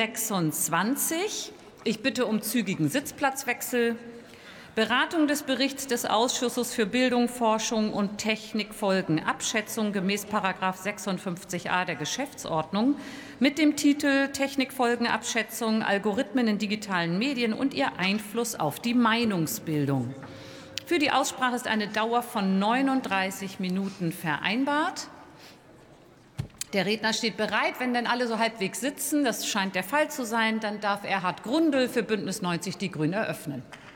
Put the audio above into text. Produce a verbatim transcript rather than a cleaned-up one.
sechsundzwanzig. Ich bitte um zügigen Sitzplatzwechsel. Beratung des Berichts des Ausschusses für Bildung, Forschung und Technikfolgenabschätzung gemäß Paragraph sechsundfünfzig a der Geschäftsordnung mit dem Titel Technikfolgenabschätzung, Algorithmen in digitalen Medien und ihr Einfluss auf die Meinungsbildung. Für die Aussprache ist eine Dauer von neununddreißig Minuten vereinbart. Der Redner steht bereit. Wenn denn alle so halbwegs sitzen, das scheint der Fall zu sein, dann darf Erhard Grundl für Bündnis neunzig Die Grünen eröffnen.